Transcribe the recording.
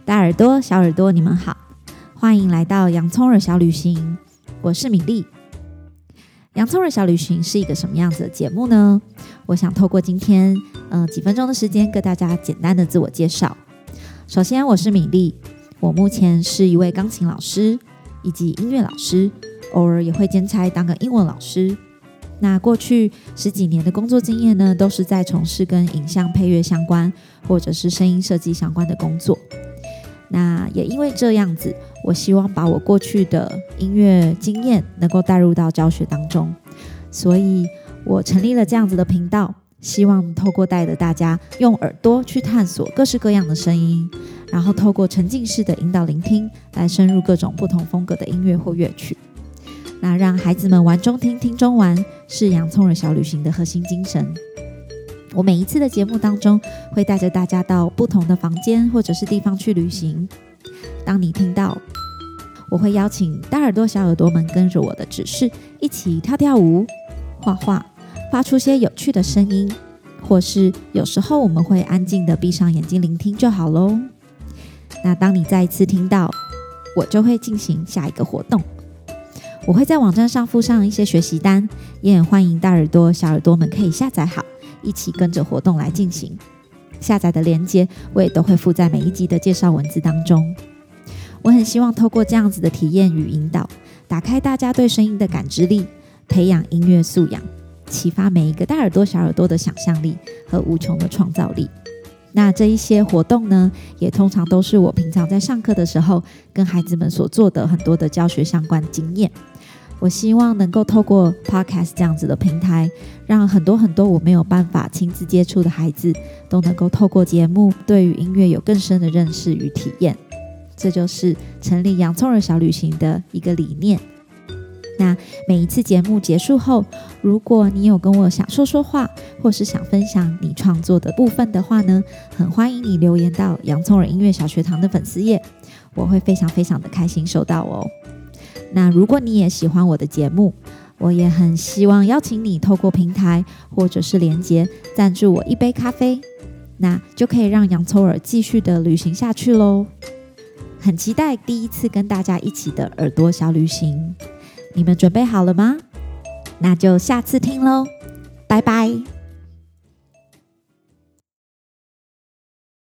大耳朵、小耳朵，你们好，欢迎来到洋葱耳小旅行，我是米粒。洋葱耳小旅行是一个什么样子的节目呢？我想透过今天几分钟的时间，跟大家简单的自我介绍。首先，我是米粒，我目前是一位钢琴老师以及音乐老师，偶尔也会兼差当个英文老师。那过去10几年的工作经验呢，都是在从事跟影像配乐相关，或者是声音设计相关的工作。那也因为这样子，我希望把我过去的音乐经验能够带入到教学当中，所以我成立了这样子的频道，希望透过带着大家用耳朵去探索各式各样的声音，然后透过沉浸式的引导聆听，来深入各种不同风格的音乐或乐曲。那让孩子们玩中听，听中玩，是洋葱耳小旅行的核心精神。我每一次的节目当中，会带着大家到不同的房间或者是地方去旅行。当你听到，我会邀请大耳朵小耳朵们跟着我的指示，一起跳跳舞、画画，发出些有趣的声音，或是有时候我们会安静的闭上眼睛聆听就好咯。那当你再一次听到，我就会进行下一个活动。我会在网站上附上一些学习单，也很欢迎大耳朵小耳朵们可以下载好，一起跟着活动来进行。下载的连结我也都会附在每一集的介绍文字当中。我很希望透过这样子的体验与引导，打开大家对声音的感知力，培养音乐素养，启发每一个大耳朵小耳朵的想象力和无穷的创造力。那这一些活动呢，也通常都是我平常在上课的时候跟孩子们所做的很多的教学相关经验。我希望能够透过 Podcast 这样子的平台，让很多我没有办法亲自接触的孩子，都能够透过节目对于音乐有更深的认识与体验。这就是成立洋葱耳小旅行的一个理念。那每一次节目结束后，如果你有跟我想说话，或是想分享你创作的部分的话呢，很欢迎你留言到洋葱耳音乐小学堂的粉丝页，我会非常的开心收到哦。那如果你也喜欢我的节目，我也很希望邀请你透过平台或者是连结赞助我一杯咖啡，那就可以让洋葱耳继续的旅行下去咯。很期待第一次跟大家一起的耳朵小旅行，你们准备好了吗？那就下次听咯，拜拜。